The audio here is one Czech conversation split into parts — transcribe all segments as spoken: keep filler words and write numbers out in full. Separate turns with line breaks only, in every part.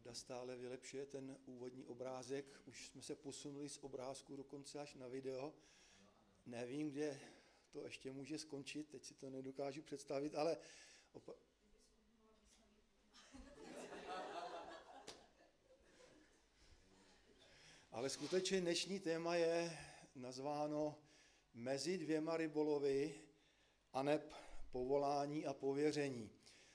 Jarda stále vylepšuje ten úvodní obrázek. Už jsme se posunuli z obrázku dokonce až na video. Nevím, kde to ještě může skončit, teď si to nedokážu představit, ale... Opa- ale skutečně dnešní téma je nazváno Mezi dvěma rybolovy aneb povolání a pověření.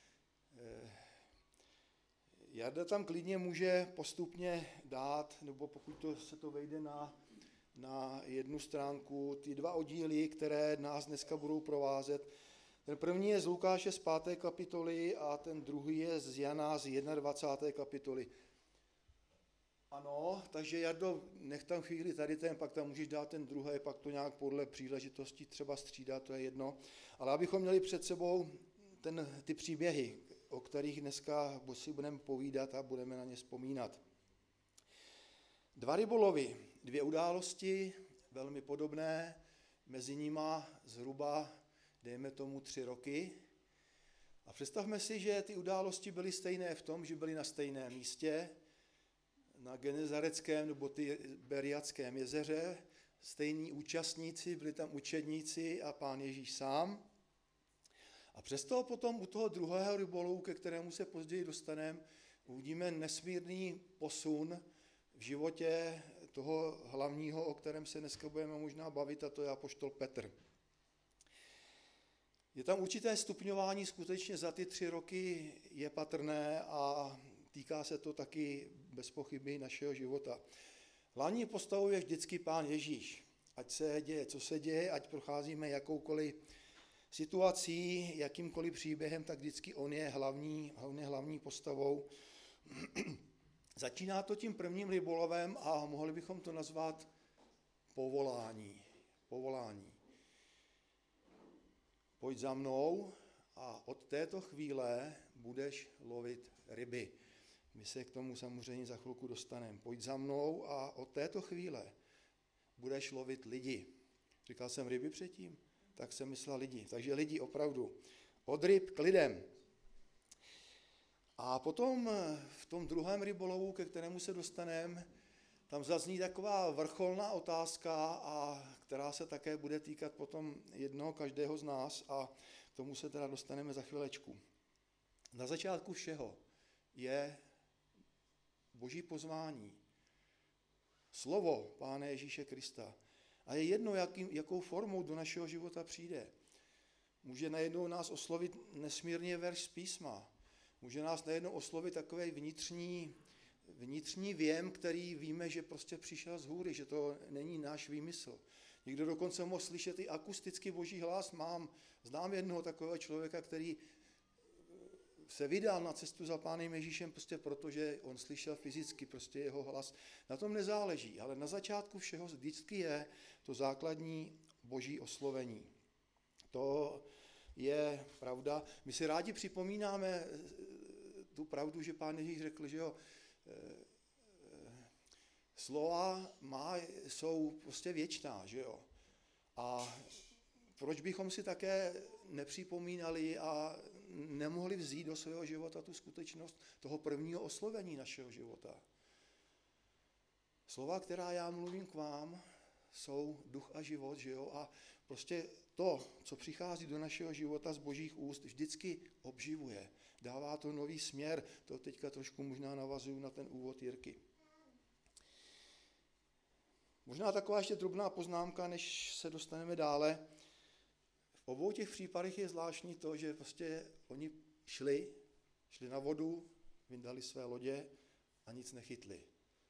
Jarda tam klidně může postupně dát, nebo pokud to, se to vejde na, na jednu stránku, ty dva oddíly, které nás dneska budou provázet. Ten první je z Lukáše z páté kapitoly a ten druhý je z Jana z dvacáté jedné kapitoly. Ano, takže Jardo, nech tam chvíli tady ten, pak tam můžeš dát ten druhý, pak to nějak podle příležitosti třeba střídat, to je jedno. Ale abychom měli před sebou ten, ty příběhy, o kterých dneska si budeme povídat a budeme na ně vzpomínat. Dva rybolovy, dvě události, velmi podobné, mezi nima zhruba, dejme tomu, tři roky. A představme si, že ty události byly stejné v tom, že byly na stejném místě, na Genezareckém nebo Tiberiadském jezeře, stejní účastníci, byli tam učedníci a Pán Ježíš sám. A přesto potom u toho druhého rybolovu, ke kterému se později dostaneme, uvidíme nesmírný posun v životě toho hlavního, o kterém se dneska budeme možná bavit, a to je apoštol Petr. Je tam určité stupňování, skutečně za ty tři roky je patrné a týká se to taky bez pochyby našeho života. Hlavní postavou je vždycky Pán Ježíš. Ať se děje, co se děje, ať procházíme jakoukoliv situací, jakýmkoliv příběhem, tak vždycky on je hlavní, hlavně hlavní postavou. Začíná to tím prvním rybolovem a mohli bychom to nazvat povolání. Povolání. Pojď za mnou a od této chvíle budeš lovit ryby. My se k tomu samozřejmě za chvilku dostaneme. Pojď za mnou a od této chvíle budeš lovit lidi. Říkal jsem ryby předtím? Tak jsem myslel lidi. Takže lidi opravdu. Od ryb k lidem. A potom v tom druhém rybolovu, ke kterému se dostaneme, tam zazní taková vrcholná otázka, a která se také bude týkat potom jednoho každého z nás, a k tomu se teda dostaneme za chvilečku. Na začátku všeho je Boží pozvání. Slovo Pána Ježíše Krista. A je jedno, jakým, jakou formou do našeho života přijde. Může najednou nás oslovit nesmírně verš z písma. Může nás najednou oslovit takový vnitřní, vnitřní věm, který víme, že prostě přišel z hůry, že to není náš výmysl. Někdo dokonce mohl slyšet i akusticky Boží hlas. Mám, znám jednoho takového člověka, který se vydal na cestu za Pánem Ježíšem prostě proto, že on slyšel fyzicky prostě jeho hlas. Na tom nezáleží, ale na začátku všeho vždycky je to základní Boží oslovení. To je pravda. My si rádi připomínáme tu pravdu, že Pán Ježíš řekl, že jo, slova má, jsou prostě věčná, že jo. A proč bychom si také nepřipomínali a nemohli vzít do svého života tu skutečnost toho prvního oslovení našeho života? Slova, která já mluvím k vám, jsou duch a život, že jo? A prostě to, co přichází do našeho života z Božích úst, vždycky obživuje. Dává to nový směr. To teďka trošku možná navazuju na ten úvod Jirky. Možná taková ještě drobná poznámka, než se dostaneme dále. V obou těch případech je zvláštní to, že prostě oni šli, šli na vodu, vyndali své lodě a nic nechytli.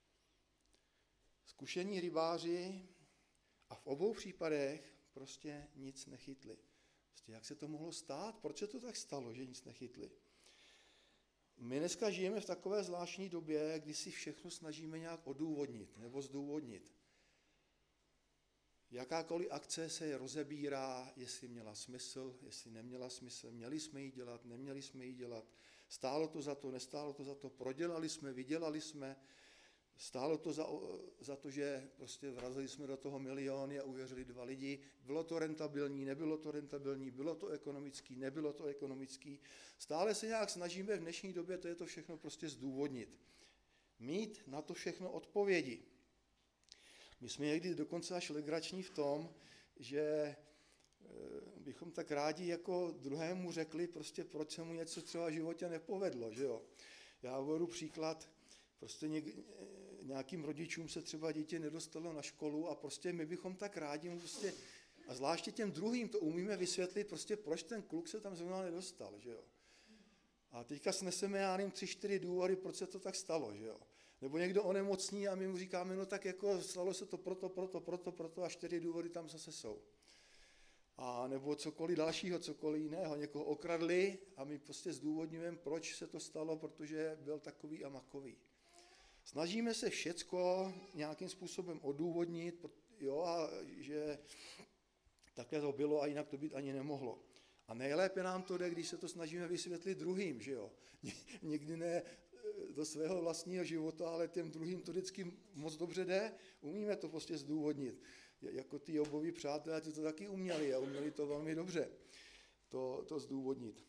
Zkušení rybáři a v obou případech prostě nic nechytli. Prostě jak se to mohlo stát? Proč se to tak stalo, že nic nechytli? My dneska žijeme v takové zvláštní době, kdy si všechno snažíme nějak odůvodnit nebo zdůvodnit. Jakákoliv akce se rozebírá, jestli měla smysl, jestli neměla smysl, měli jsme ji dělat, neměli jsme ji dělat, stálo to za to, nestálo to za to, prodělali jsme, vydělali jsme, stálo to za, za to, že prostě vrazili jsme do toho miliony a uvěřili dva lidi, bylo to rentabilní, nebylo to rentabilní, bylo to ekonomický, nebylo to ekonomický. Stále se nějak snažíme v dnešní době to je to všechno prostě zdůvodnit. Mít na to všechno odpovědi. My jsme někdy dokonce až legrační v tom, že bychom tak rádi jako druhému řekli, prostě proč se mu něco třeba v životě nepovedlo, že jo. Já uvedu příklad, prostě něk, nějakým rodičům se třeba dítě nedostalo na školu a prostě my bychom tak rádi mu prostě, a zvláště těm druhým to umíme vysvětlit, prostě proč ten kluk se tam zrovna nedostal, že jo. A teďka sneseme, já nevím, tři, čtyři důvody, proč se to tak stalo, že jo. Nebo někdo onemocní a my mu říkáme, no tak jako stalo se to proto, proto, proto, proto a čtyři důvody tam zase jsou. A nebo cokoliv dalšího, cokoliv jiného. Někoho okradli a my prostě zdůvodňujeme, proč se to stalo, protože byl takový a makový. Snažíme se všecko nějakým způsobem odůvodnit, jo, a že takhle to bylo a jinak to být ani nemohlo. A nejlépe nám to jde, když se to snažíme vysvětlit druhým, že jo. Někdy ne do svého vlastního života, ale těm druhým to vždycky moc dobře jde, umíme to prostě zdůvodnit. Jako ty Jobovi přátelé, ty to taky uměli a uměli to velmi dobře, to, to zdůvodnit.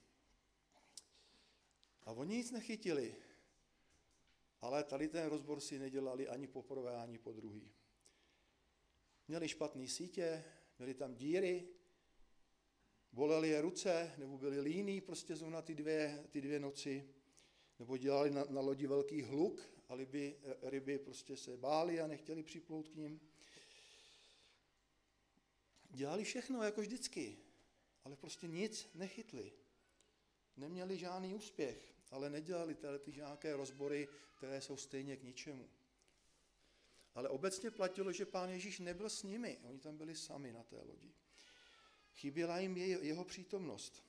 A oni nic nechytili, ale tady ten rozbor si nedělali ani poprvé, ani po druhý. Měli špatný sítě, měli tam díry, bolely je ruce, nebo byli líní prostě zrovna ty dvě, ty dvě noci, nebo dělali na, na lodi velký hluk a ryby, ryby prostě se bály a nechtěli připlout k ním. Dělali všechno, jako vždycky, ale prostě nic nechytli. Neměli žádný úspěch, ale nedělali tyhle ty nějaké rozbory, které jsou stejně k ničemu. Ale obecně platilo, že Pán Ježíš nebyl s nimi, oni tam byli sami na té lodi. Chyběla jim jeho přítomnost.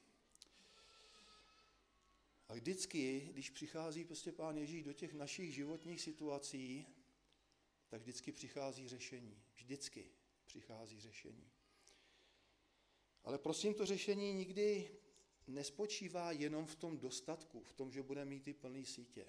A vždycky, když přichází prostě Pán Ježíš do těch našich životních situací, tak vždycky přichází řešení. Vždycky přichází řešení. Ale prosím, to řešení nikdy nespočívá jenom v tom dostatku, v tom, že budeme mít ty plný sítě.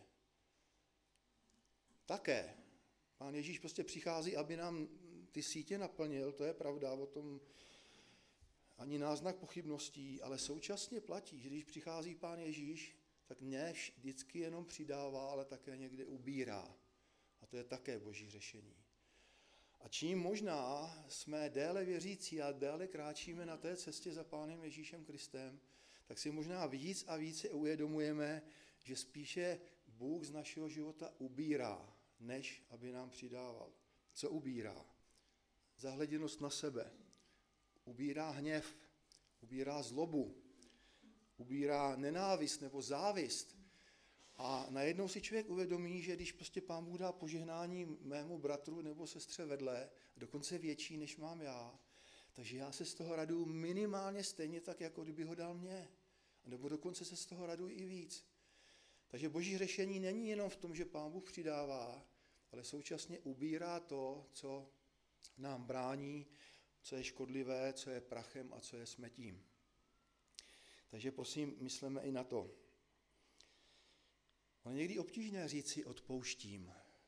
Také. Pán Ježíš prostě přichází, aby nám ty sítě naplnil, to je pravda, o tom ani náznak pochybností, ale současně platí, že když přichází Pán Ježíš, tak ne vždycky jenom přidává, ale také někde ubírá. A to je také Boží řešení. A čím možná jsme déle věřící a déle kráčíme na té cestě za Pánem Ježíšem Kristem, tak si možná víc a více uvědomujeme, že spíše Bůh z našeho života ubírá, než aby nám přidával. Co ubírá? Zahleděnost na sebe. Ubírá hněv, ubírá zlobu, ubírá nenávist nebo závist. A najednou si člověk uvědomí, že když prostě Pán Bůh dá požehnání mému bratru nebo sestře vedle, dokonce větší, než mám já, takže já se z toho raduju minimálně stejně tak, jako kdyby ho dal mně. Nebo dokonce se z toho raduju i víc. Takže Boží řešení není jenom v tom, že Pán Bůh přidává, ale současně ubírá to, co nám brání, co je škodlivé, co je prachem a co je smetím. Takže prosím, myslíme i na to. Ale někdy obtížné říci odpouštím.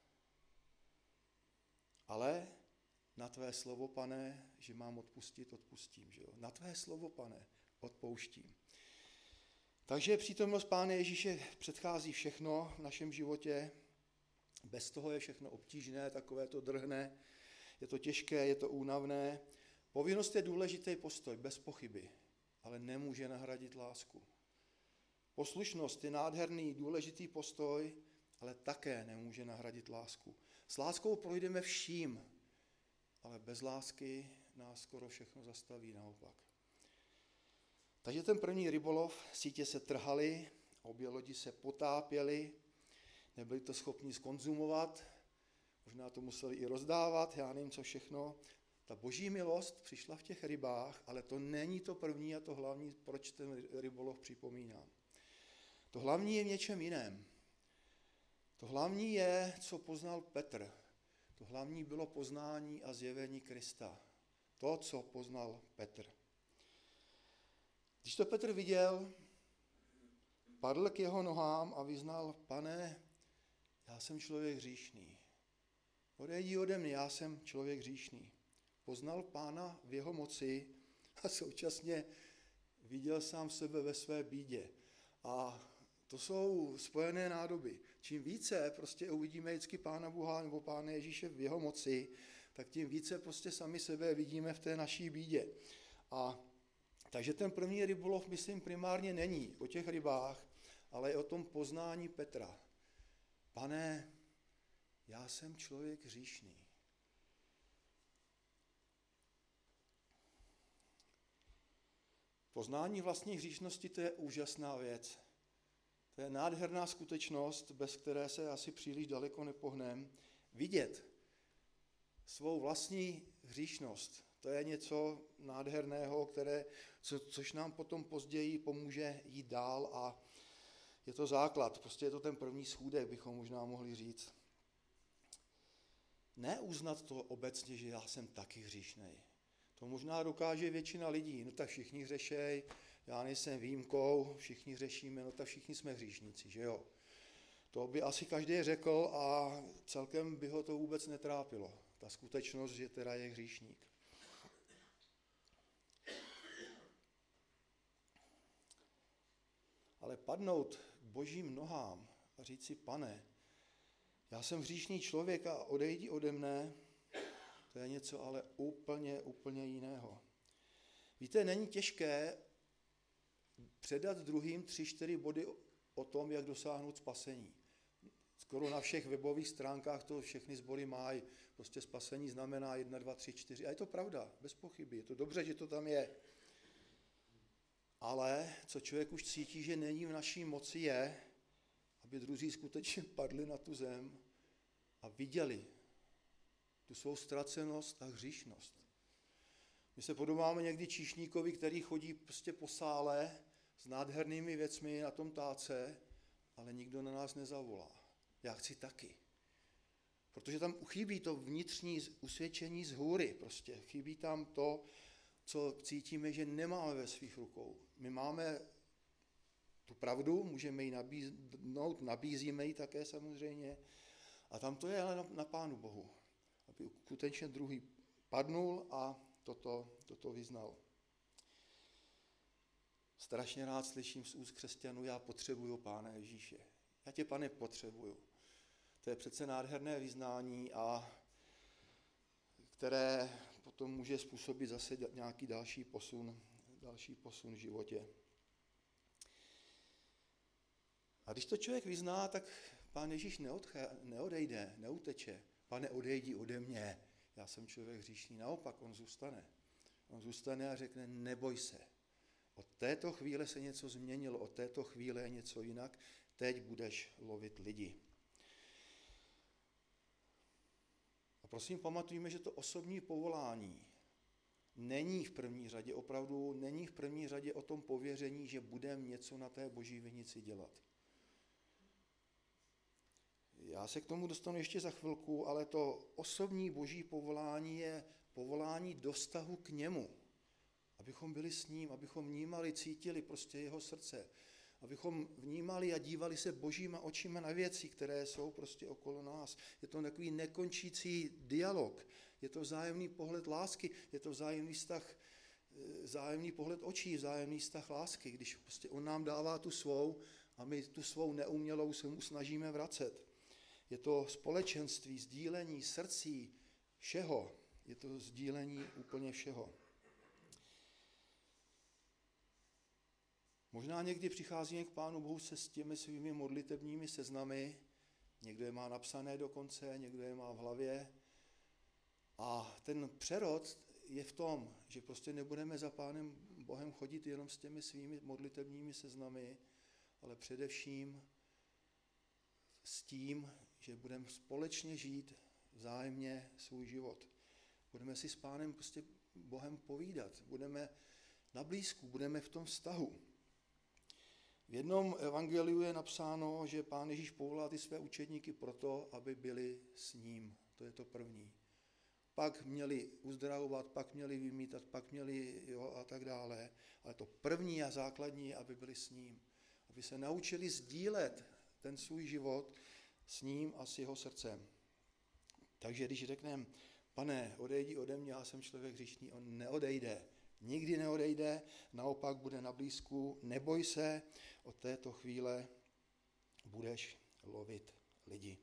Ale na tvé slovo, Pane, že mám odpustit, odpustím. Že jo? Na tvé slovo, Pane, odpouštím. Takže přítomnost Pána Ježíše předchází všechno v našem životě. Bez toho je všechno obtížné, takové to drhne. Je to těžké, je to únavné. Povinnost je důležitý postoj, bez pochyby, ale nemůže nahradit lásku. Poslušnost je nádherný, důležitý postoj, ale také nemůže nahradit lásku. S láskou projdeme vším, ale bez lásky nás skoro všechno zastaví naopak. Takže ten první rybolov, sítě se trhaly, obě lodi se potápěly, nebyli to schopni zkonzumovat, možná to museli i rozdávat, já nevím co všechno. Ta Boží milost přišla v těch rybách, ale to není to první a to hlavní, proč ten rybolov připomínám. To hlavní je v něčem jiném. To hlavní je, co poznal Petr. To hlavní bylo poznání a zjevení Krista. To, co poznal Petr. Když to Petr viděl, padl k jeho nohám a vyznal: Pane, já jsem člověk hříšný. Odejdi ode mě, já jsem člověk hříšný. Poznal Pána v jeho moci a současně viděl sám sebe ve své bídě. A to jsou spojené nádoby. Čím více prostě uvidíme vždycky Pána Boha nebo Pána Ježíše v jeho moci, tak tím více prostě sami sebe vidíme v té naší bídě. A takže ten první rybolov, myslím, primárně není o těch rybách, ale je o tom poznání Petra. Pane, já jsem člověk hříšný. Poznání vlastní hříšnosti, to je úžasná věc. To je nádherná skutečnost, bez které se asi příliš daleko nepohneme. Vidět svou vlastní hříšnost, to je něco nádherného, které, co, což nám potom později pomůže jít dál a je to základ, prostě je to ten první schůdek, bychom možná mohli říct. Neuznat to obecně, že já jsem taky hříšnej. To možná dokáže většina lidí, no tak všichni hřešej, já nejsem výjimkou, všichni hřešíme, no tak všichni jsme hříšníci, že jo. To by asi každý řekl a celkem by ho to vůbec netrápilo, ta skutečnost, že teda je hříšník. Ale padnout k Božím nohám a říct si, Pane, já jsem hříšný člověk a odejdi ode mne, to je něco ale úplně, úplně jiného. Víte, není těžké předat druhým tři, čtyři body o tom, jak dosáhnout spasení. Skoro na všech webových stránkách to všechny sbory mají. Prostě spasení znamená jedna, dva, tři, čtyři. A je to pravda, bez pochyby. Je to dobře, že to tam je. Ale co člověk už cítí, že není v naší moci, je, aby druzí skutečně padli na tu zem a viděli tu svou ztracenost a hříšnost. My se podobáme někdy číšníkovi, který chodí prostě po sále s nádhernými věcmi na tom táce, ale nikdo na nás nezavolá. Já chci taky. Protože tam chybí to vnitřní usvědčení z hůry. Prostě chybí tam to, co cítíme, že nemáme ve svých rukou. My máme tu pravdu, můžeme ji nabídnout, nabízíme ji také samozřejmě. A tam to je ale na, na Pánu Bohu. Aby skutečně druhý padnul a toto, toto vyznal. Strašně rád slyším z úst křesťanů, já potřebuju Pána Ježíše. Já tě, Pane, potřebuju. To je přece nádherné vyznání, a které potom může způsobit zase nějaký další posun, další posun v životě. A když to člověk vyzná, tak Pán Ježíš neodche, neodejde, neuteče. Pane, odejdi ode mě, já jsem člověk hříšný. Naopak, on zůstane. On zůstane a řekne, neboj se. Od této chvíle se něco změnilo, od této chvíle je něco jinak, teď budeš lovit lidi. A prosím, pamatujme, že to osobní povolání není v první řadě, opravdu není v první řadě o tom pověření, že budeme něco na té boží vinici dělat. Já se k tomu dostanu ještě za chvilku, ale to osobní boží povolání je povolání do vztahu k němu. Abychom byli s ním, abychom vnímali, cítili prostě jeho srdce. Abychom vnímali a dívali se božíma očima na věci, které jsou prostě okolo nás. Je to takový nekončící dialog. Je to vzájemný pohled lásky, je to vzájemný vztah, vzájemný pohled očí, vzájemný vztah lásky, když prostě on nám dává tu svou a my tu svou neumělou se mu snažíme vracet. Je to společenství, sdílení srdcí, všeho. Je to sdílení úplně všeho. Možná někdy přicházíme k Pánu Bohu se s těmi svými modlitebními seznamy, někdo je má napsané dokonce, někdo je má v hlavě. A ten přerod je v tom, že prostě nebudeme za Pánem Bohem chodit jenom s těmi svými modlitebními seznamy, ale především s tím, že budeme společně žít vzájemně svůj život. Budeme si s Pánem prostě Bohem povídat, budeme na blízku, budeme v tom vztahu. V jednom evangeliu je napsáno, že Pán Ježíš povolá ty své učedníky proto, aby byli s ním. To je to první. Pak měli uzdravovat, pak měli vymítat, pak měli jo, a tak dále. Ale to první a základní je, aby byli s ním. Aby se naučili sdílet ten svůj život s ním a s jeho srdcem. Takže když řekneme, Pane, odejdi ode mě, já jsem člověk hříšný, on neodejde. Nikdy neodejde, naopak bude na blízku, neboj se, od této chvíle budeš lovit lidi.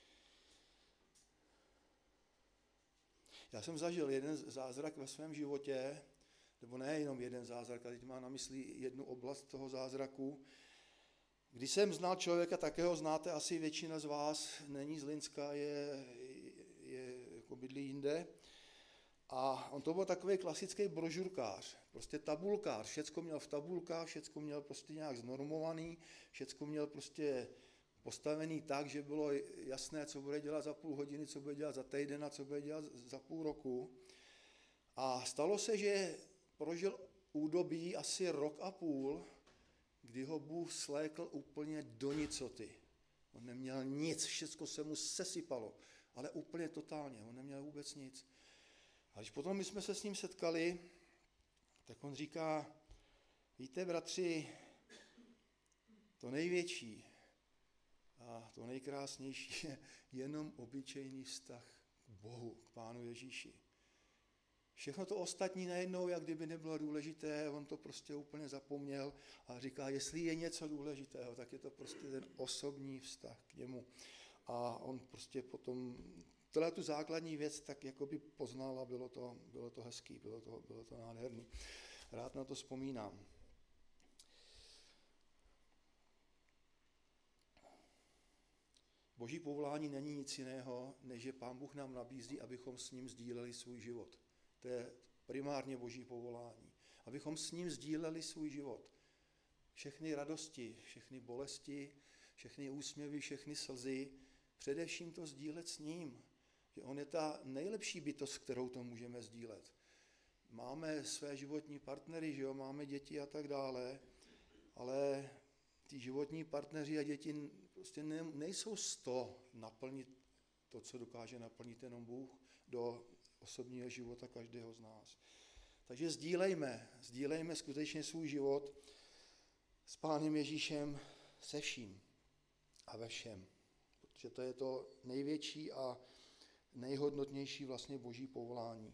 Já jsem zažil jeden zázrak ve svém životě, nebo ne jenom jeden zázrak, ale teď mám na mysli jednu oblast toho zázraku. Když jsem znal člověka, takého znáte asi většina z vás, není z Linska, je, je jako bydlí jinde. A on to byl takový klasický brožurkář, prostě tabulkář, všecko měl v tabulkách, všecko měl prostě nějak znormovaný, všecko měl prostě postavený tak, že bylo jasné, co bude dělat za půl hodiny, co bude dělat za týden a co bude dělat za půl roku. A stalo se, že prožil údobí asi rok a půl, kdy ho Bůh slékl úplně do nicoty. On neměl nic, všecko se mu sesypalo, ale úplně totálně, on neměl vůbec nic. A když potom my jsme se s ním setkali, tak on říká, víte, bratři, to největší a to nejkrásnější je jenom obyčejný vztah k Bohu, k Pánu Ježíši. Všechno to ostatní najednou, jak kdyby nebylo důležité, on to prostě úplně zapomněl a říká, jestli je něco důležitého, tak je to prostě ten osobní vztah k němu. A on prostě potom tohle tu základní věc tak jakoby poznal a bylo to, bylo to hezký, bylo to, bylo to nádherný. Rád na to vzpomínám. Boží povolání není nic jiného, než že Pán Bůh nám nabízí, abychom s ním sdíleli svůj život. To je primárně Boží povolání. Abychom s ním sdíleli svůj život. Všechny radosti, všechny bolesti, všechny úsměvy, všechny slzy, především to sdílet s ním. Že on je ta nejlepší bytost, kterou to můžeme sdílet. Máme své životní partnery, že jo, máme děti a tak dále, ale ty životní partneři a děti prostě ne, nejsou z toho naplnit to, co dokáže naplnit jenom Bůh do osobního života každého z nás. Takže sdílejme, sdílejme skutečně svůj život s Pánem Ježíšem se vším a ve všem. Protože to je to největší a nejhodnotnější vlastně Boží povolání.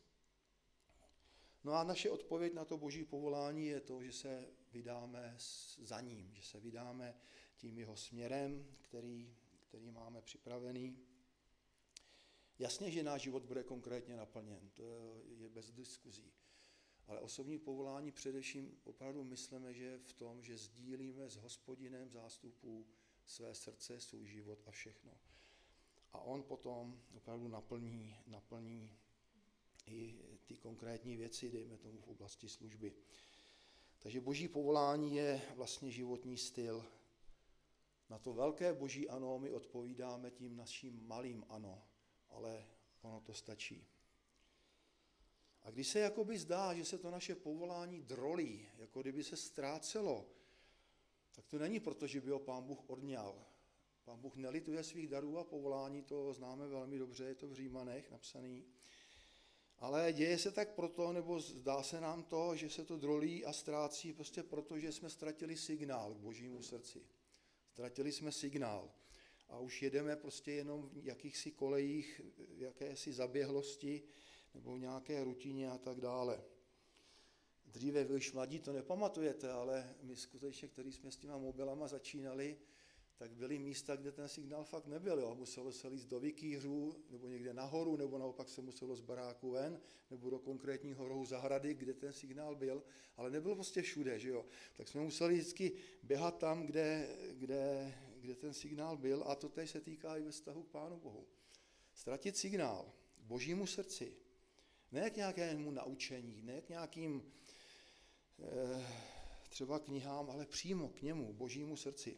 No a naše odpověď na to Boží povolání je to, že se vydáme za ním, že se vydáme tím jeho směrem, který, který máme připravený. Jasně, že náš život bude konkrétně naplněn, to je bez diskuzí. Ale osobní povolání především opravdu myslíme, že v tom, že sdílíme s Hospodinem zástupů své srdce, svůj život a všechno. A on potom opravdu naplní, naplní i ty konkrétní věci, dejme tomu v oblasti služby. Takže Boží povolání je vlastně životní styl. Na to velké Boží ano my odpovídáme tím naším malým ano, ale ono to stačí. A když se jakoby zdá, že se to naše povolání drolí, jako kdyby se ztrácelo, tak to není proto, že by ho Pán Bůh odňal. Pán Bůh nelituje svých darů a povolání, to známe velmi dobře, je to v Římanech napsaný. Ale děje se tak proto, nebo zdá se nám to, že se to drolí a ztrácí prostě proto, že jsme ztratili signál k Božímu srdci. Ztratili jsme signál a už jedeme prostě jenom v jakýchsi kolejích, v jakési zaběhlosti nebo v nějaké rutině a tak dále. Dříve vy už mladí to nepamatujete, ale my skutečně, který jsme s těma mobilama začínali, tak byly místa, kde ten signál fakt nebyl. Jo. Muselo se líst do vikýřů, nebo někde nahoru, nebo naopak se muselo z baráku ven, nebo do konkrétního rohu zahrady, kde ten signál byl, ale nebyl prostě všude, že jo. Tak jsme museli vždycky běhat tam, kde, kde, kde ten signál byl, a to teď se týká i ve vztahu k Pánu Bohu. Ztratit signál k Božímu srdci, ne k nějakému naučení, ne k nějakým eh, třeba knihám, ale přímo k němu, Božímu srdci.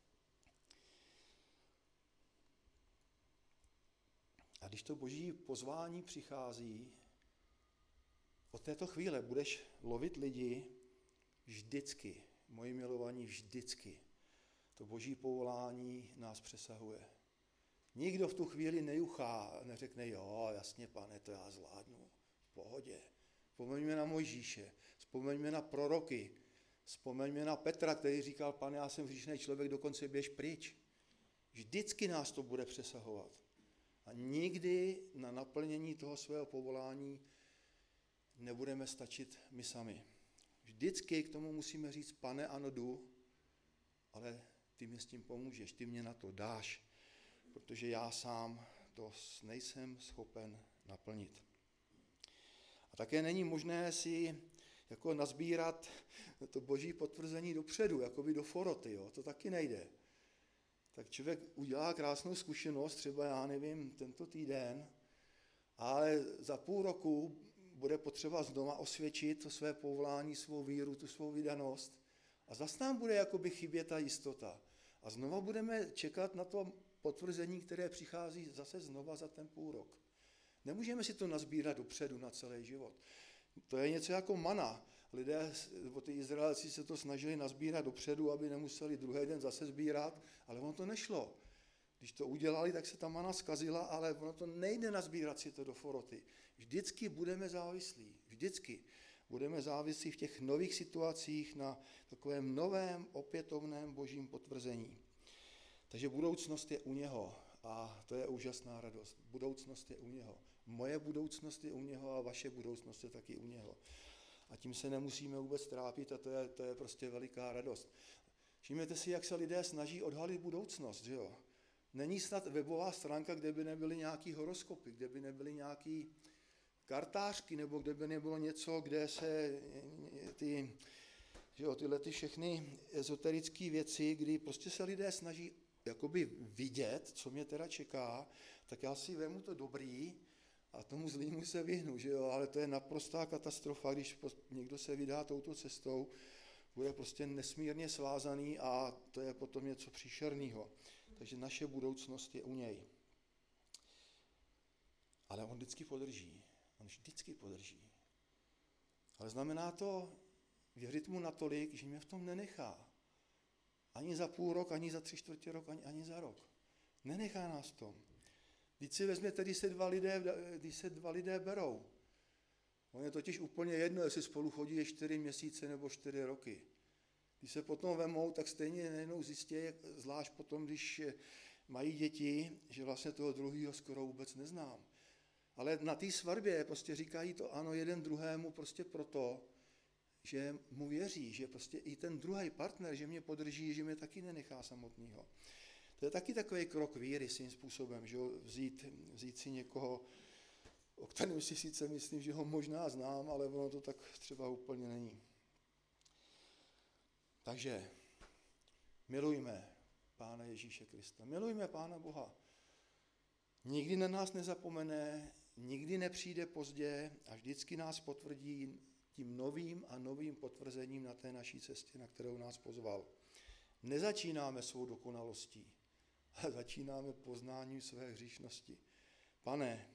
A když to Boží pozvání přichází, od této chvíle budeš lovit lidi vždycky, moji milovaní, vždycky. To Boží povolání nás přesahuje. Nikdo v tu chvíli nejuchá, neřekne, jo, jasně, pane, to já zvládnu, v pohodě. Vzpomeňme na Mojžíše, vzpomeňme na proroky, vzpomeňme na Petra, který říkal, pane, já jsem hříšný člověk, dokonce běž pryč. Vždycky nás to bude přesahovat. A nikdy na naplnění toho svého povolání nebudeme stačit my sami. Vždycky k tomu musíme říct, pane, ano, jdu, ale ty mě s tím pomůžeš, ty mě na to dáš, protože já sám to nejsem schopen naplnit. A také není možné si jako nazbírat to boží potvrzení dopředu, jako by do foroty, jo? To taky nejde. Tak člověk udělá krásnou zkušenost, třeba já nevím, tento týden, ale za půl roku bude potřeba znova osvědčit to své povolání, svou víru, tu svou vydanost a zase nám bude jakoby chybět ta jistota. A znova budeme čekat na to potvrzení, které přichází zase znova za ten půl rok. Nemůžeme si to nazbírat dopředu na celý život. To je něco jako mana. Lidé, nebo ty Izraelci se to snažili nazbírat dopředu, aby nemuseli druhý den zase sbírat, ale ono to nešlo. Když to udělali, tak se ta mana zkazila, ale ono to nejde nazbírat si to do foroty. Vždycky budeme závislí. Vždycky budeme závislí v těch nových situacích na takovém novém, opětovném božím potvrzení. Takže budoucnost je u něho a to je úžasná radost. Budoucnost je u něho. Moje budoucnost je u něho a vaše budoucnost je taky u něho. A tím se nemusíme vůbec trápit a to je, to je prostě veliká radost. Všimněte si, jak se lidé snaží odhalit budoucnost, že jo? Není snad webová stránka, kde by nebyly nějaký horoskopy, kde by nebyly nějaký kartářky, nebo kde by nebylo něco, kde se ty, že jo, tyhle ty všechny ezoterické věci, kdy prostě se lidé snaží jakoby vidět, co mě teda čeká, tak já si vemu to dobrý a tomu zlýmu se vyhnu, že jo, ale to je naprostá katastrofa, když někdo se vydá touto cestou, bude prostě nesmírně svázaný a to je potom něco příšerného. Takže naše budoucnost je u něj. Ale on vždycky podrží. On vždycky podrží. Ale znamená to věřit mu natolik, že mě v tom nenechá. Ani za půl rok, ani za tři čtvrtě rok, ani, ani za rok. Nenechá nás v tom. Když si vezměte, když se dva lidé, když se dva lidé berou. On je totiž úplně jedno, jestli spolu chodí čtyři měsíce nebo čtyři roky. Když se potom vemou, tak stejně nejednou zjistí, zvlášť potom, když mají děti, že vlastně toho druhého skoro vůbec neznám. Ale na té svatbě prostě říkají to ano jeden druhému prostě proto, že mu věří, že prostě i ten druhý partner, že mě podrží, že mě taky nenechá samotného. To je taky takový krok víry svým způsobem, že vzít, vzít si někoho, o kterém si sice myslím, že ho možná znám, ale ono to tak třeba úplně není. Takže milujme Pána Ježíše Krista, milujme Pána Boha. Nikdy na nás nezapomene, nikdy nepřijde pozdě a vždycky nás potvrdí tím novým a novým potvrzením na té naší cestě, na kterou nás pozval. Nezačínáme svou dokonalostí, ale začínáme poznáním své hříšnosti. Pane,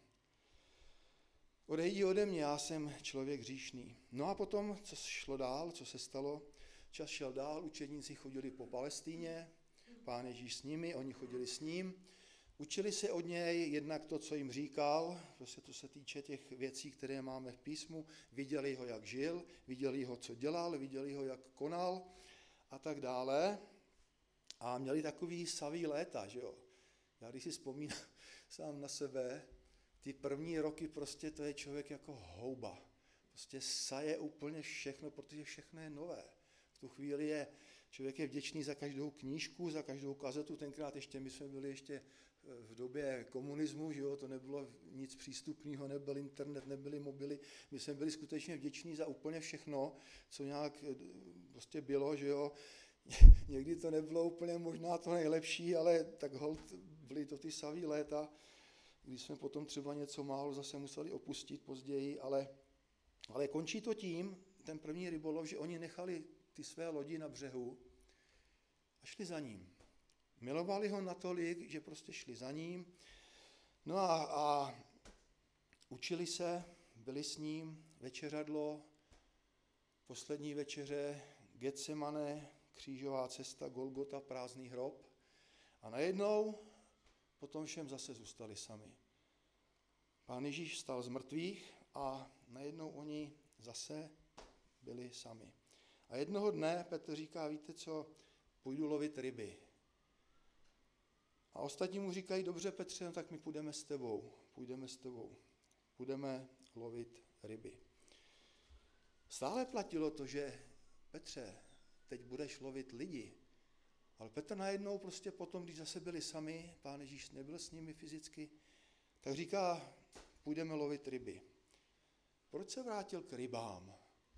odejdi ode mě, já jsem člověk hříšný. No a potom, co šlo dál, co se stalo? Čas šel dál, učedníci chodili po Palestíně, Pán Ježíš s nimi, oni chodili s ním. Učili se od něj jednak to, co jim říkal, prostě to se týče těch věcí, které máme v písmu, viděli ho, jak žil, viděli ho, co dělal, viděli ho, jak konal a tak dále. A měli takový savý léta, že jo. Já když si vzpomínám sám na sebe, ty první roky prostě to je člověk jako houba. Prostě saje úplně všechno, protože všechno je nové. V tu chvíli je člověk je vděčný za každou knížku, za každou kazetu. Tenkrát ještě my jsme byli ještě v době komunismu, že jo, to nebylo nic přístupného, nebyl internet, nebyly mobily. My jsme byli skutečně vděční za úplně všechno, co nějak prostě bylo, že jo. Někdy to nebylo úplně možná to nejlepší, ale tak holt byly to ty savý léta, když jsme potom třeba něco málo zase museli opustit později, ale, ale končí to tím, ten první rybolov, že oni nechali ty své lodi na břehu a šli za ním. Milovali ho natolik, že prostě šli za ním. No a, a učili se, byli s ním, večeřadlo, poslední večeře, Getsemane, křížová cesta, Golgota, prázdný hrob. A najednou potom všem zase zůstali sami. Pán Ježíš vstal z mrtvých a najednou oni zase byli sami. A jednoho dne Petr říká, víte co, půjdu lovit ryby. A ostatní mu říkají, dobře Petře, no tak my půjdeme s tebou, půjdeme s tebou, půjdeme lovit ryby. Stále platilo to, že Petře, teď budeš lovit lidi. Ale Petr najednou prostě potom, když zase byli sami, Pán Ježíš nebyl s nimi fyzicky, tak říká, půjdeme lovit ryby. Proč se vrátil k rybám?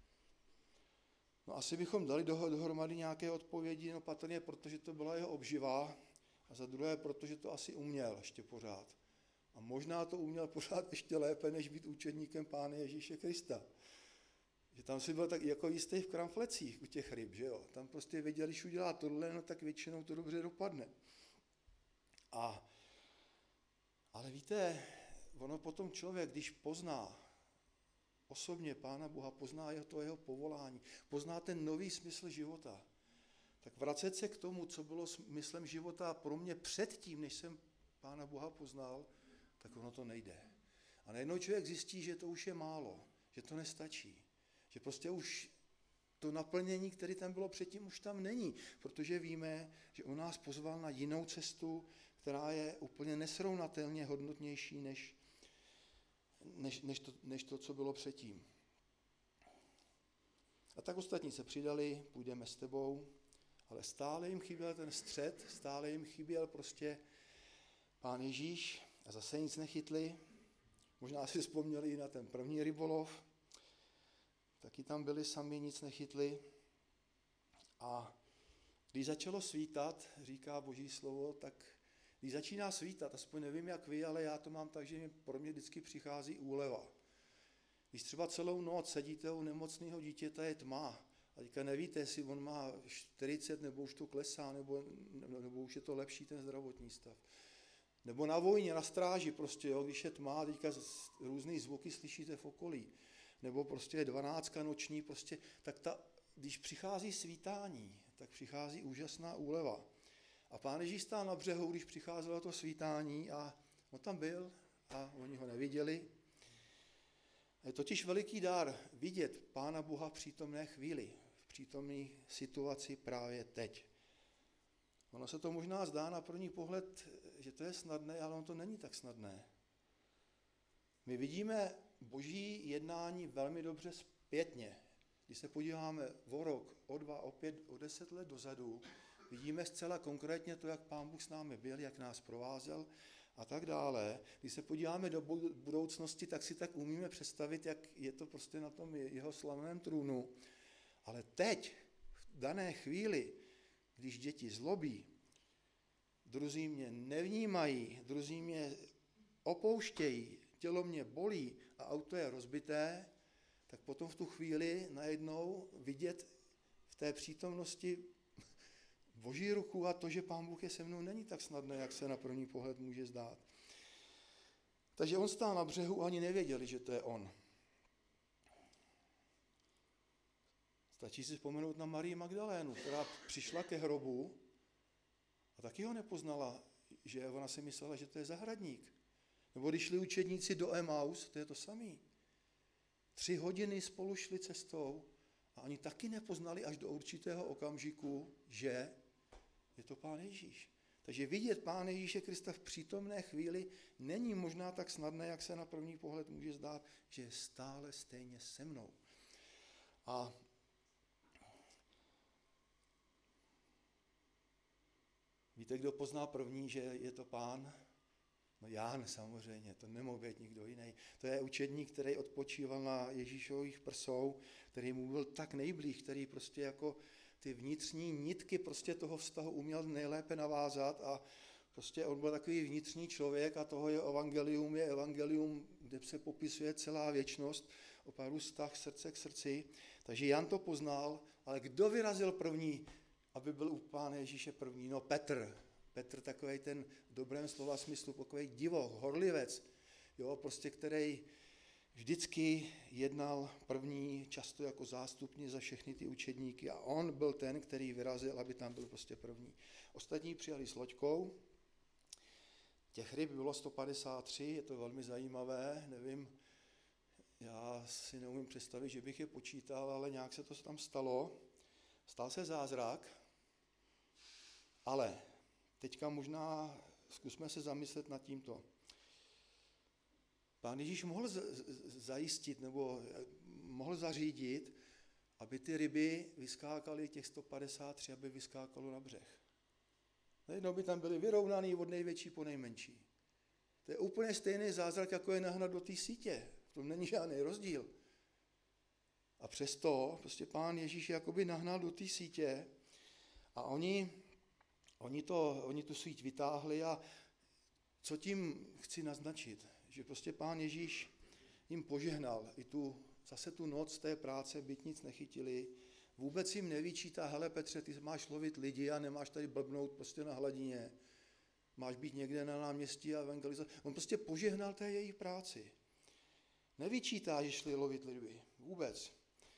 No asi bychom dali dohromady nějaké odpovědi, no patrně, protože to byla jeho obživa, a za druhé, protože to asi uměl ještě pořád. A možná to uměl pořád ještě lépe, než být učedníkem Pána Ježíše Krista. Že tam si byl tak jako jistý v kramflecích u těch ryb, že jo. Tam prostě věděli, když udělá tohle, no tak většinou to dobře dopadne. A, ale víte, ono potom člověk, když pozná osobně Pána Boha, pozná jeho, to jeho povolání, pozná ten nový smysl života, tak vracet se k tomu, co bylo smyslem života pro mě předtím, než jsem Pána Boha poznal, tak ono to nejde. A najednou člověk zjistí, že to už je málo, že to nestačí, že prostě už to naplnění, které tam bylo předtím, už tam není, protože víme, že on nás pozval na jinou cestu, která je úplně nesrovnatelně hodnotnější než, než, než, to, než to, co bylo předtím. A tak ostatní se přidali, půjdeme s tebou, ale stále jim chyběl ten střed, stále jim chyběl prostě Pán Ježíš a zase nic nechytli. Možná si vzpomněli i na ten první rybolov, taky tam byli sami, nic nechytli. A když začalo svítat, říká Boží slovo, tak když začíná svítat, aspoň nevím jak vy, ale já to mám tak, že pro mě vždycky přichází úleva. Když třeba celou noc sedíte u nemocného dítěte, je tma, a teďka nevíte, jestli on má čtyřicet, nebo už to klesá, nebo, nebo už je to lepší ten zdravotní stav. Nebo na vojně, na stráži prostě, jo, když je tma, teďka různý zvuky slyšíte v okolí. Nebo prostě je dvanáctka noční, prostě, tak ta, když přichází svítání, tak přichází úžasná úleva. A Pán Ježíš stál na břehu, když přicházelo to svítání a on tam byl a oni ho neviděli. Je totiž veliký dar vidět Pána Boha v přítomné chvíli, v přítomné situaci právě teď. Ono se to možná zdá na první pohled, že to je snadné, ale ono to není tak snadné. My vidíme Boží jednání velmi dobře zpětně. Když se podíváme o rok, o dva, o pět, o deset let dozadu, vidíme zcela konkrétně to, jak Pán Bůh s námi byl, jak nás provázel a tak dále. Když se podíváme do budoucnosti, tak si tak umíme představit, jak je to prostě na tom jeho slavném trůnu. Ale teď, v dané chvíli, když děti zlobí, druzí mě nevnímají, druzí mě opouštějí, tělo mě bolí a auto je rozbité, tak potom v tu chvíli najednou vidět v té přítomnosti Boží ruku a to, že Pán Bůh je se mnou, není tak snadné, jak se na první pohled může zdát. Takže on stál na břehu a ani nevěděli, že to je on. Stačí si vzpomenout na Marii Magdalénu, která přišla ke hrobu a taky ho nepoznala, že ona si myslela, že to je zahradník. Nebo když šli učedníci do Emaus, to je to samý. Tři hodiny spolu šli cestou a oni taky nepoznali až do určitého okamžiku, že je to Pán Ježíš. Takže vidět Pána Ježíše Krista v přítomné chvíli není možná tak snadné, jak se na první pohled může zdát, že je stále stejně se mnou. A víte, kdo pozná první, že je to Pán? No Ján samozřejmě, to nemohl být nikdo jiný. To je učedník, který odpočíval na Ježíšových prsou, který mu byl tak nejblíž, který prostě jako ty vnitřní nitky prostě toho vztahu uměl nejlépe navázat a prostě on byl takový vnitřní člověk a toho je evangelium, je evangelium, kde se popisuje celá věčnost, opravdu vztah srdce k srdci. Takže Jan to poznal, ale kdo vyrazil první, aby byl u Pána Ježíše první? No Petr. Petr takovej ten v dobrém slova smyslu, takovej divoch, horlivec, jo, prostě který vždycky jednal první, často jako zástupně za všechny ty učedníky a on byl ten, který vyrazil, aby tam byl prostě první. Ostatní přijali s loďkou, těch ryb bylo sto padesát tři, je to velmi zajímavé, nevím, já si neumím představit, že bych je počítal, ale nějak se to tam stalo. Stal se zázrak, ale teďka možná zkusme se zamyslet nad tímto. Pán Ježíš mohl zajistit nebo mohl zařídit, aby ty ryby vyskákaly těch sto padesát tři, aby vyskákalo na břeh. Najednou by tam byli vyrovnaný od největší po nejmenší. To je úplně stejný zázrak, jako je nahnat do té sítě. V tom není žádný rozdíl. A přesto prostě Pán Ježíš jakoby nahnal do té sítě a oni, oni, to, oni tu síť vytáhli a co tím chci naznačit? Že prostě Pán Ježíš jim požehnal i tu, zase tu noc té práce, byť nic nechytili. Vůbec jim nevyčítá, hele Petře, ty máš lovit lidi a nemáš tady blbnout prostě na hladině. Máš být někde na náměstí a evangelizovat. On prostě požehnal té jejich práci. Nevyčítá, že šli lovit lidi. Vůbec.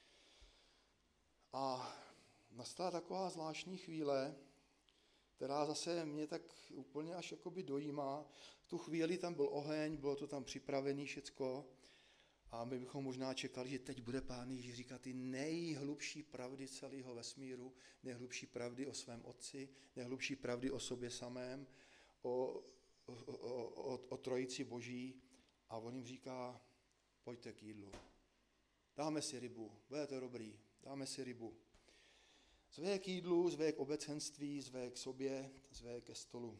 A nastala taková zvláštní chvíle, která zase mě tak úplně až jakoby dojímá. V tu chvíli tam byl oheň, bylo to tam připravené všecko a my bychom možná čekali, že teď bude Pán Ježíš říkat ty nejhlubší pravdy celého vesmíru, nejhlubší pravdy o svém Otci, nejhlubší pravdy o sobě samém, o, o, o, o, o Trojici Boží a on jim říká, pojďte k jídlu, dáme si rybu, bude to dobrý, dáme si rybu. Zve k jídlu, zve k obecenství, zve k sobě, zve ke stolu.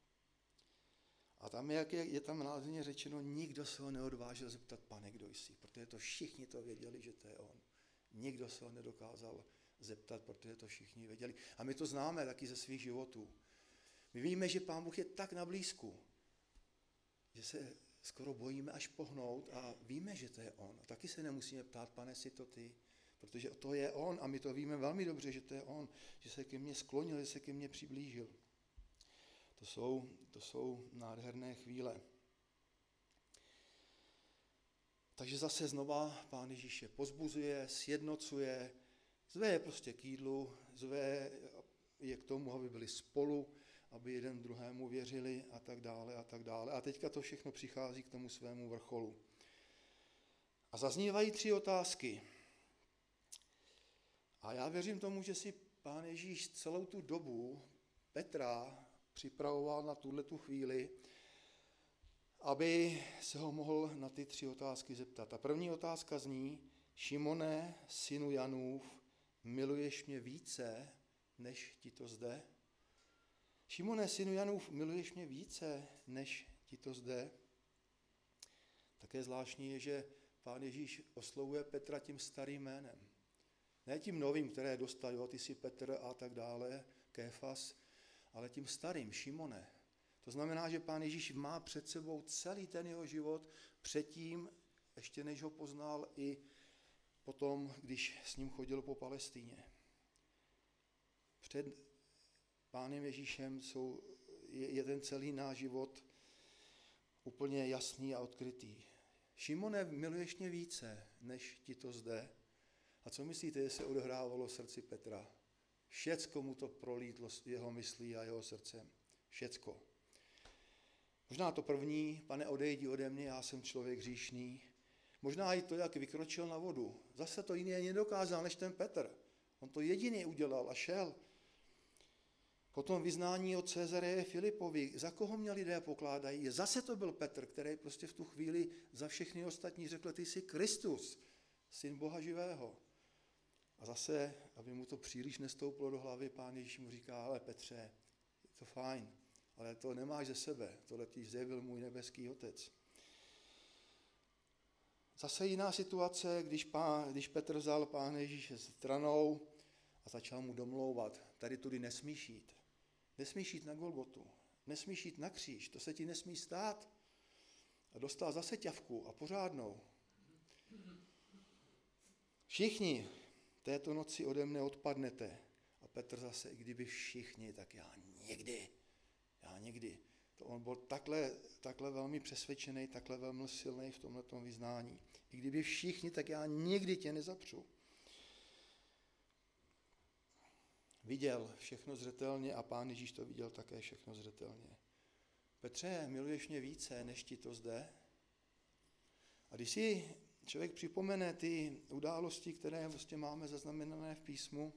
A tam je, je tam nádherně řečeno, nikdo se ho neodvážil zeptat, Pane, kdo jsi, protože to všichni to věděli, že to je on. Nikdo se ho nedokázal zeptat, protože to všichni věděli. A my to známe taky ze svých životů. My víme, že Pán Bůh je tak na blízku, že se skoro bojíme až pohnout a víme, že to je on. A taky se nemusíme ptát, Pane, jsi to ty, protože to je on a my to víme velmi dobře, že to je on, že se ke mně sklonil, že se ke mně přiblížil. To jsou, to jsou nádherné chvíle. Takže zase znova Pán Ježíš je pozbuzuje, sjednocuje, zve je prostě k jídlu, zve je k tomu, aby byli spolu, aby jeden druhému věřili a tak dále a tak dále. A teďka to všechno přichází k tomu svému vrcholu. A zaznívají tři otázky. A já věřím tomu, že si Pán Ježíš celou tu dobu Petra připravoval na tuhletu chvíli, aby se ho mohl na ty tři otázky zeptat. A první otázka zní, Šimone, synu Janův, miluješ mě více, než ti to zde? Šimone, synu Janův, miluješ mě více, než ti to zde? Také zvláštní je, že Pán Ježíš oslovuje Petra tím starým jménem. Ne tím novým, které dostal, jo, ty jsi Petr a tak dále, Kéfas, ale tím starým, Šimone. To znamená, že Pán Ježíš má před sebou celý ten jeho život, předtím, ještě než ho poznal, i potom, když s ním chodil po Palestíně. Před Pánem Ježíšem jsou, je, je ten celý náš život úplně jasný a odkrytý. Šimone, miluješ mě více, než ti to zde? A co myslíte, že se odehrávalo v srdci Petra? Všecko mu to prolítlo jeho myslí a jeho srdcem. Všecko. Možná to první, Pane, odejdi ode mě, já jsem člověk hříšný. Možná i to, jak vykročil na vodu. Zase to jiný nedokázal než ten Petr. On to jediný udělal a šel. Potom vyznání od Cezareje Filipovi. Za koho mě lidé pokládají? Zase to byl Petr, který prostě v tu chvíli za všechny ostatní řekl, ty jsi Kristus, syn Boha živého. A zase, aby mu to příliš nestouplo do hlavy, Pán Ježíš mu říká, ale Petře, je to fajn, ale to nemáš ze sebe, tohle ti zjevil můj nebeský Otec. Zase jiná situace, když, pán, když Petr vzal Pána Ježíše stranou a začal mu domlouvat, tady tudy nesmíš jít. Nesmíš jít na Golgotu, nesmíš jít na kříž, to se ti nesmí stát. A dostal zase ťavku a pořádnou. Všichni této noci ode mne odpadnete. A Petr zase, i kdyby všichni, tak já nikdy, já nikdy. To on byl takhle, takhle velmi přesvědčený, takhle velmi silný v tomhletom vyznání. I kdyby všichni, tak já nikdy tě nezapřu. Viděl všechno zřetelně a Pán Ježíš to viděl také všechno zřetelně. Petře, miluješ mě více, než ti to zde? A když si člověk připomene ty události, které vlastně máme zaznamenané v písmu,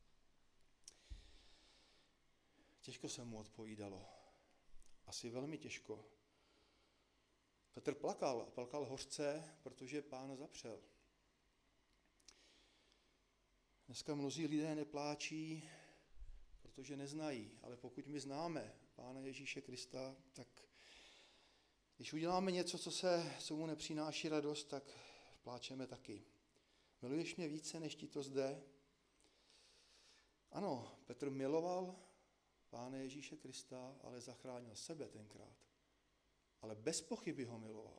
těžko se mu odpovídalo. Asi velmi těžko. Petr plakal, plakal hořce, protože Pán zapřel. Dneska mnozí lidé nepláčí, protože neznají. Ale pokud my známe Pána Ježíše Krista, tak když uděláme něco, co se co mu nepřináší radost, tak pláčeme taky. Miluješ mě více, než ti to zde? Ano, Petr miloval Pána Ježíše Krista, ale zachránil sebe tenkrát. Ale bez pochyby ho miloval.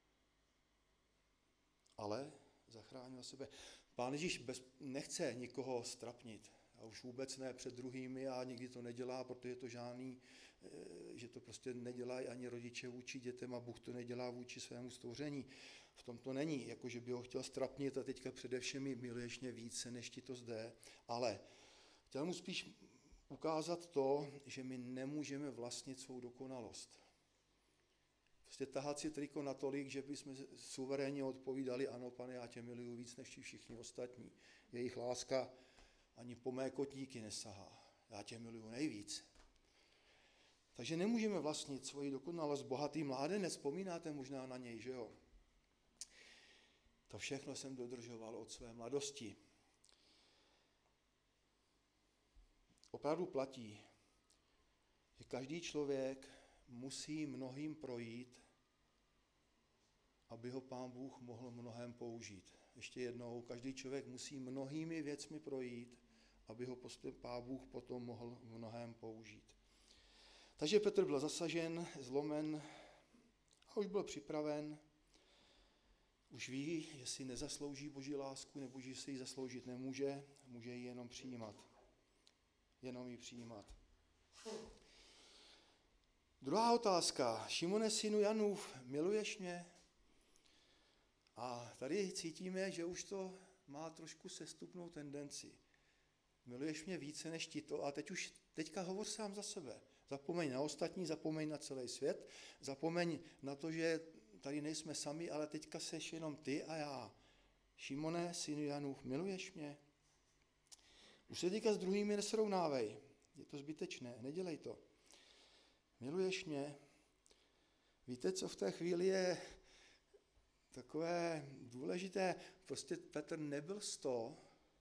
Ale zachránil sebe. Pán Ježíš bez, nechce nikoho strapnit. A už vůbec ne před druhými a nikdy to nedělá, protože je to žádný, že to prostě nedělají ani rodiče vůči dětem a Bůh to nedělá vůči svému stvoření. V tom to není, jako že by ho chtěl strapnit a teďka především mi miluješ mě více, než ti to zde. Ale chtěl mu spíš ukázat to, že my nemůžeme vlastnit svou dokonalost. Prostě tahat si triko natolik, že bychom suverénně odpovídali, ano, pane, já tě miluju víc než ti všichni ostatní. Jejich láska ani po mé kotníky nesahá. Já tě miluju nejvíc. Takže nemůžeme vlastnit svoji dokonalost. Bohatý mládenec, vzpomínáte možná na něj, že jo? To všechno jsem dodržoval od své mladosti. Opravdu platí, že každý člověk musí mnohým projít, aby ho Pán Bůh mohl mnohem použít. Ještě jednou, každý člověk musí mnohými věcmi projít, aby ho Pán Bůh potom mohl mnohem použít. Takže Petr byl zasažen, zlomen a už byl připraven. Už ví, že si nezaslouží Boží lásku, nebo že si ji zasloužit nemůže, může ji jenom přijímat. Jenom ji přijímat. Druhá otázka. Šimone, synu Janův, miluješ mě? A tady cítíme, že už to má trošku sestupnou tendenci. Miluješ mě více než ti to? A teď už, teďka hovor sám za sebe. Zapomeň na ostatní, zapomeň na celý svět, zapomeň na to, že tady nejsme sami, ale teďka seš jenom ty a já. Šimone, synu Janův, miluješ mě? Už se teďka s druhými nesrovnávej. Je to zbytečné, nedělej to. Miluješ mě? Víte, co v té chvíli je takové důležité? Prostě Petr nebyl z toho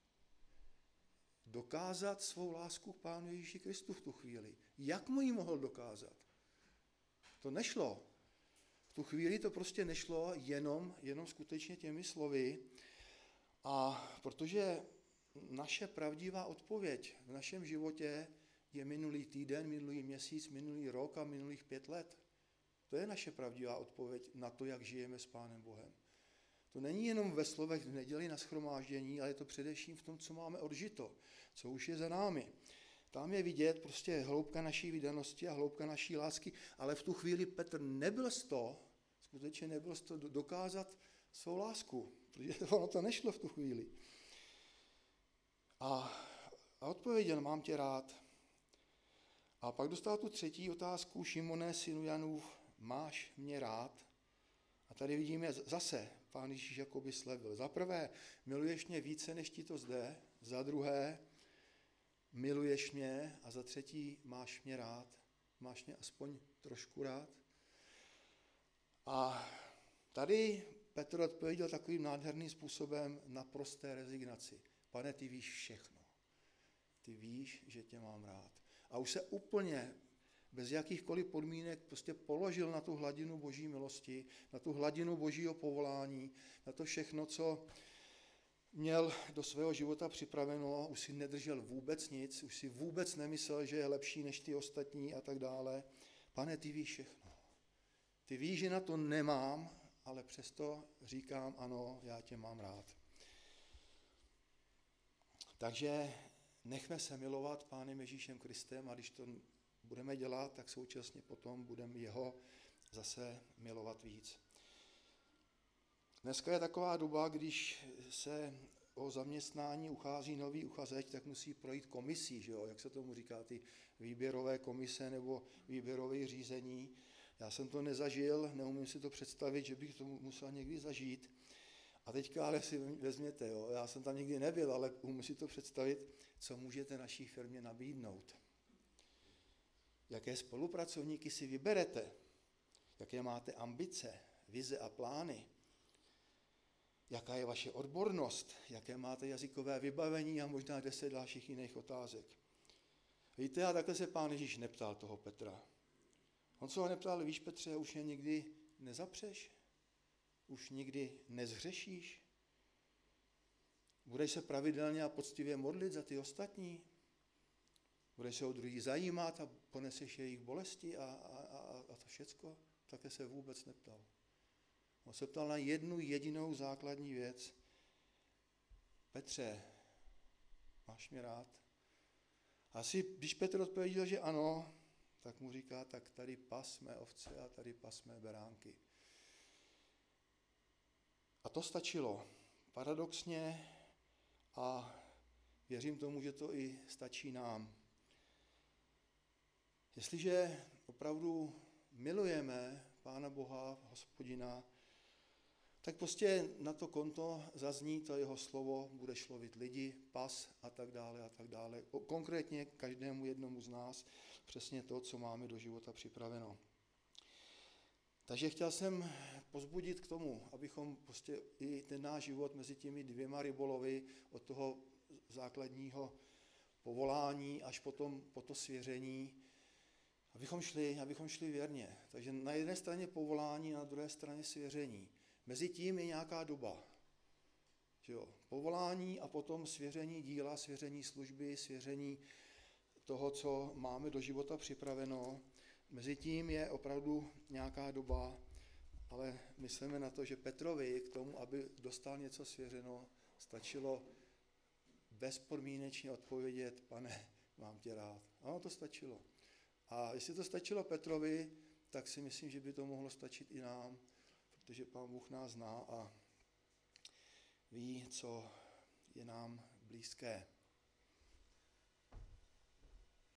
dokázat svou lásku k Pánu Ježíši Kristu v tu chvíli. Jak mu ji mohl dokázat? To nešlo. V tu chvíli to prostě nešlo jenom, jenom skutečně těmi slovy. A protože naše pravdivá odpověď v našem životě je minulý týden, minulý měsíc, minulý rok a minulých pět let. To je naše pravdivá odpověď na to, jak žijeme s Pánem Bohem. To není jenom ve slovech v neděli na shromáždění, ale je to především v tom, co máme odžito, co už je za námi. Tam je vidět prostě hloubka naší vydanosti a hloubka naší lásky, ale v tu chvíli Petr nebyl z toho, skutečně nebyl z toho dokázat svou lásku, protože ono to nešlo v tu chvíli. A, a odpověděl, mám tě rád. A pak dostal tu třetí otázku, Šimone, synu Janův, máš mě rád? A tady vidíme zase, Pán Ježíš jakoby slevil. Za prvé, miluješ mě více, než ti to zde. Za druhé, miluješ mě. A za třetí, máš mě rád. Máš mě aspoň trošku rád. A tady Petr odpověděl takovým nádherným způsobem na prosté rezignaci. Pane, ty víš všechno. Ty víš, že tě mám rád. A už se úplně bez jakýchkoliv podmínek prostě položil na tu hladinu Boží milosti, na tu hladinu Božího povolání, na to všechno, co měl do svého života připraveno, už si nedržel vůbec nic, už si vůbec nemyslel, že je lepší než ty ostatní a tak dále. Pane, ty víš všechno. Ty víš, že na to nemám, ale přesto říkám, ano, já tě mám rád. Takže nechme se milovat Pánem Ježíšem Kristem a když to budeme dělat, tak současně potom budeme jeho zase milovat víc. Dneska je taková doba, když se o zaměstnání uchází nový uchazeč, tak musí projít komisí, že jo? Jak se tomu říká, ty výběrové komise nebo výběrové řízení. Já jsem to nezažil, neumím si to představit, že bych to musel někdy zažít. A teďka ale si vezměte, jo? Já jsem tam nikdy nebyl, ale umím si to představit, co můžete naší firmě nabídnout. Jaké spolupracovníky si vyberete, jaké máte ambice, vize a plány, jaká je vaše odbornost, jaké máte jazykové vybavení a možná deset dalších jiných otázek. Víte, a takhle se Pán Ježíš neptal toho Petra. On se ho neptal, víš Petře, už mě nikdy nezapřeš? Už nikdy nezhřešíš? Budeš se pravidelně a poctivě modlit za ty ostatní? Budeš se o druhý zajímat a poneseš jejich bolesti a, a, a, a to všecko? Také se vůbec neptal. On se ptal na jednu jedinou základní věc. Petře, máš mě rád? Asi, když Petr odpověděl, že ano, tak mu říká, tak tady pas mé ovce a tady pas mé beránky. A to stačilo. Paradoxně, a věřím tomu, že to i stačí nám. Jestliže opravdu milujeme Pána Boha, Hospodina, tak prostě na to konto zazní to jeho slovo, budeš lovit lidi, pas a tak dále a tak dále. Konkrétně každému jednomu z nás přesně to, co máme do života připraveno. Takže chtěl jsem pozbudit k tomu, abychom prostě i ten náš život mezi těmi dvěma rybolovy od toho základního povolání až potom po to svěření, abychom šli, abychom šli věrně. Takže na jedné straně povolání, na druhé straně svěření. Mezi tím je nějaká doba. Že jo? Povolání a potom svěření díla, svěření služby, svěření toho, co máme do života připraveno. Mezi tím je opravdu nějaká doba, ale myslíme na to, že Petrovi k tomu, aby dostal něco svěřeno, stačilo bezpodmínečně odpovědět, Pane, mám tě rád. Ano, to stačilo. A jestli to stačilo Petrovi, tak si myslím, že by to mohlo stačit i nám, protože Pán Bůh nás zná a ví, co je nám blízké.